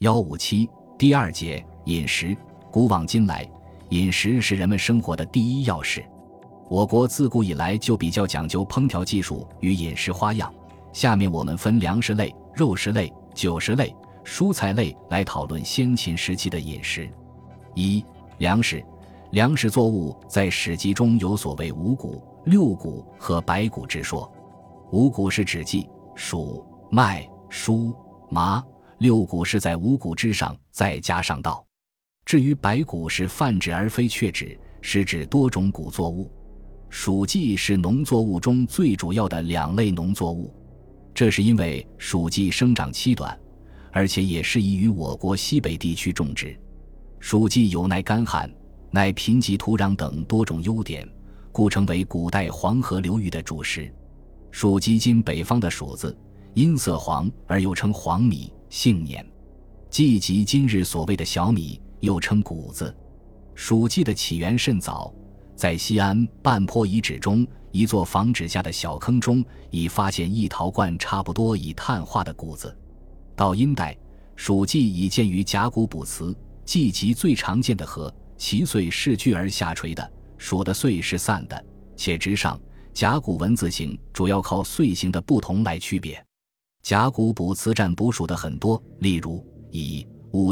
157第二节饮食。古往今来，饮食是人们生活的第一要事。我国自古以来就比较讲究烹调技术与饮食花样。下面我们分粮食类、肉食类、酒食类、蔬菜类来讨论先秦时期的饮食。一、粮食。粮食作物在史籍中有所谓五谷、六谷和百谷之说。五谷是指稷、黍、麦、菽、麻，六谷是在五谷之上再加上稻。至于百谷是泛指而非确指，是指多种谷作物。黍稷是农作物中最主要的两类农作物，这是因为黍稷生长期短，而且也适宜于我国西北地区种植。黍稷有耐干旱、耐贫瘠土壤等多种优点，故成为古代黄河流域的主食。黍即今北方的黍子，因色黄而又称黄米，性黏。稷即今日所谓的小米，又称谷子。黍稷的起源甚早，在西安半坡遗址中一座仿指甲的小坑中，已发现一陶罐差不多已碳化的谷子。到殷代，黍稷已见于甲骨卜辞，稷即最常见的禾，其穗是聚而下垂的，黍的穗是散的，且直上。甲骨文字形主要靠穗形的不同来区别。甲骨卜辞占卜属的很多，例如以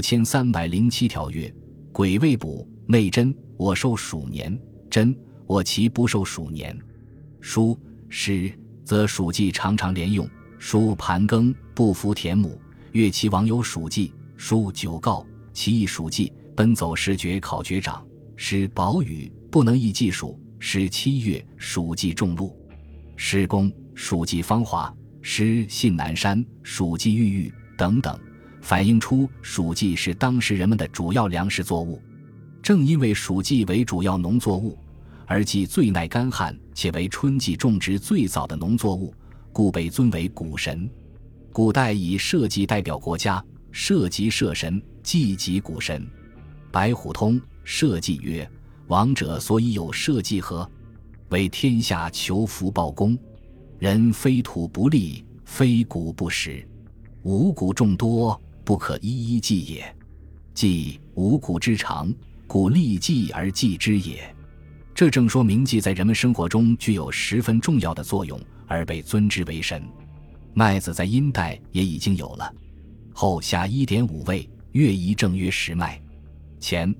5307条曰：癸未卜，内真，我受黍年；真，我其不受黍年。书诗则黍稷常常连用，书盘庚，不服田亩，越其王有黍稷。书九告，其意黍稷，奔走时决考决长。诗宝禹，不能易计数。诗7月，黍稷种露。诗公，黍稷芳华。诗信南山，黍稷郁郁等等，反映出黍稷是当时人们的主要粮食作物。正因为黍稷为主要农作物，而既最耐干旱，且为春季种植最早的农作物，故被尊为谷神。古代以社稷代表国家，社即社神，稷即谷神。白虎通社稷曰：王者所以有社稷何？为天下求福报功。人非土不立，非谷不食。五谷众多，不可一一计也。即五谷之长，故立稷而祭之也。这正说明稷在人们生活中具有十分重要的作用，而被尊之为神。麦子在殷代也已经有了。后下 1.5 位，乐仪正曰时麦。前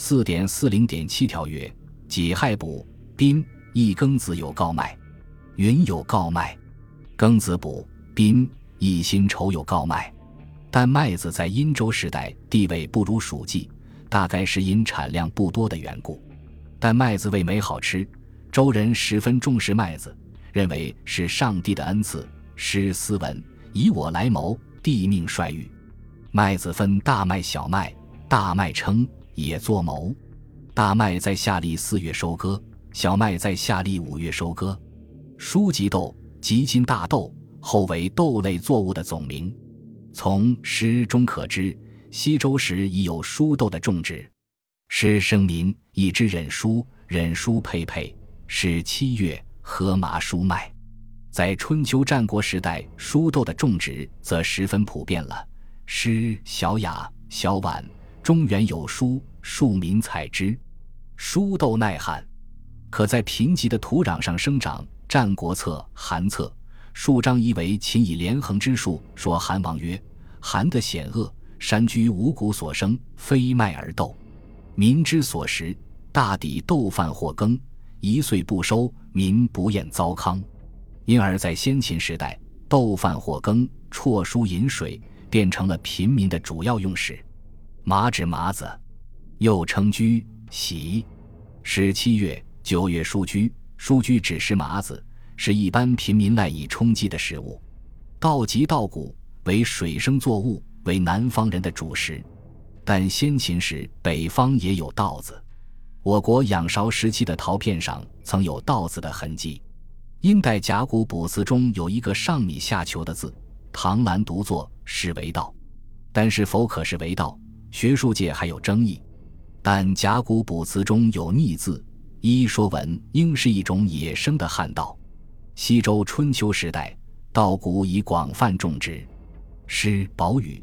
4.40.7 条曰：己亥卜，宾，一庚子有告麦。云有告麦。庚子卜，宾，一辛丑有告麦。但麦子在殷周时代地位不如黍稷，大概是因产量不多的缘故。但麦子味美好吃，周人十分重视麦子，认为是上帝的恩赐。诗思文，以我来谋，帝命率域。麦子分大麦、小麦，大麦称也作谋。大麦在夏历4月收割，小麦在夏历5月收割。黍即豆，即今大豆，后为豆类作物的总名。从诗中可知，西周时已有黍豆的种植。诗声民，以之忍黍，忍黍佩。是7月，禾麻黍麦。在春秋战国时代，黍豆的种植则十分普遍了。诗小雅、小婉，中原有黍，庶民采之。黍豆耐旱，可在贫瘠的土壤上生长。战国策韩策数章疑为秦以连横之术，说韩王曰：韩的险恶，山居五谷所生，非麦而豆。民之所食，大抵豆饭或羹，一岁不收，民不厌糟糠。因而在先秦时代，豆饭或羹、辍黍饮水变成了平民的主要用食。麻指麻子，又称居、喜。是7月、9月黍居。黍居只食麻子，是一般平民赖以充饥的食物。稻即稻谷，为水生作物，为南方人的主食。但先秦时北方也有稻子，我国仰韶时期的陶片上曾有稻子的痕迹。殷代甲骨卜辞中有一个上米下求的字，唐兰读作是为稻，但是否可是为稻，学术界还有争议。但甲骨卜辞中有逆字，一说文应是一种野生的旱稻。西周春秋时代，稻谷已广泛种植。诗宝禹，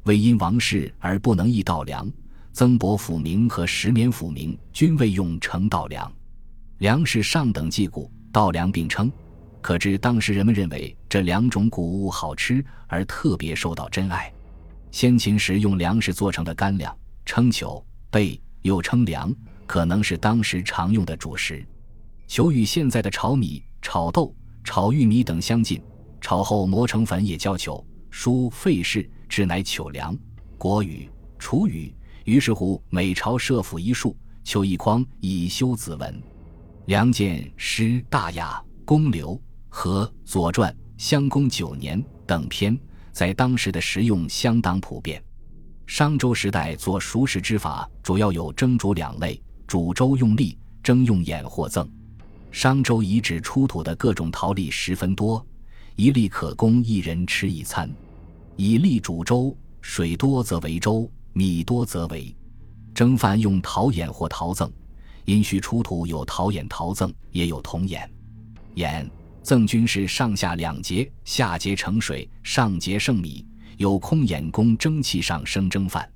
为因王室而不能易稻粮，曾伯府名和石棉府名均未用成稻粮。粮是上等祭谷，稻粮并称，可知当时人们认为这两种谷物好吃而特别受到珍爱。先秦时用粮食做成的干粮称球、贝，又称粮，可能是当时常用的主食。球与现在的炒米、炒豆、炒玉米等相近，炒后磨成粉也叫球。书费氏制乃糗粮。国语、楚语，于是乎每朝设府一数，求一匡，以修子文。梁见诗大雅、公刘和左传、襄公9年等篇，在当时的食用相当普遍。商周时代做熟食之法主要有蒸煮两类，煮粥用栗，蒸用眼或赠。商周遗址出土的各种陶栗十分多，一栗可供一人吃一餐。以栗煮粥，水多则为粥，米多则为蒸饭，用陶眼或陶赠。殷墟出土有陶眼、陶赠，也有铜眼。眼、赠均是上下两节，下节盛水，上节盛米，有空眼供蒸汽上生蒸饭。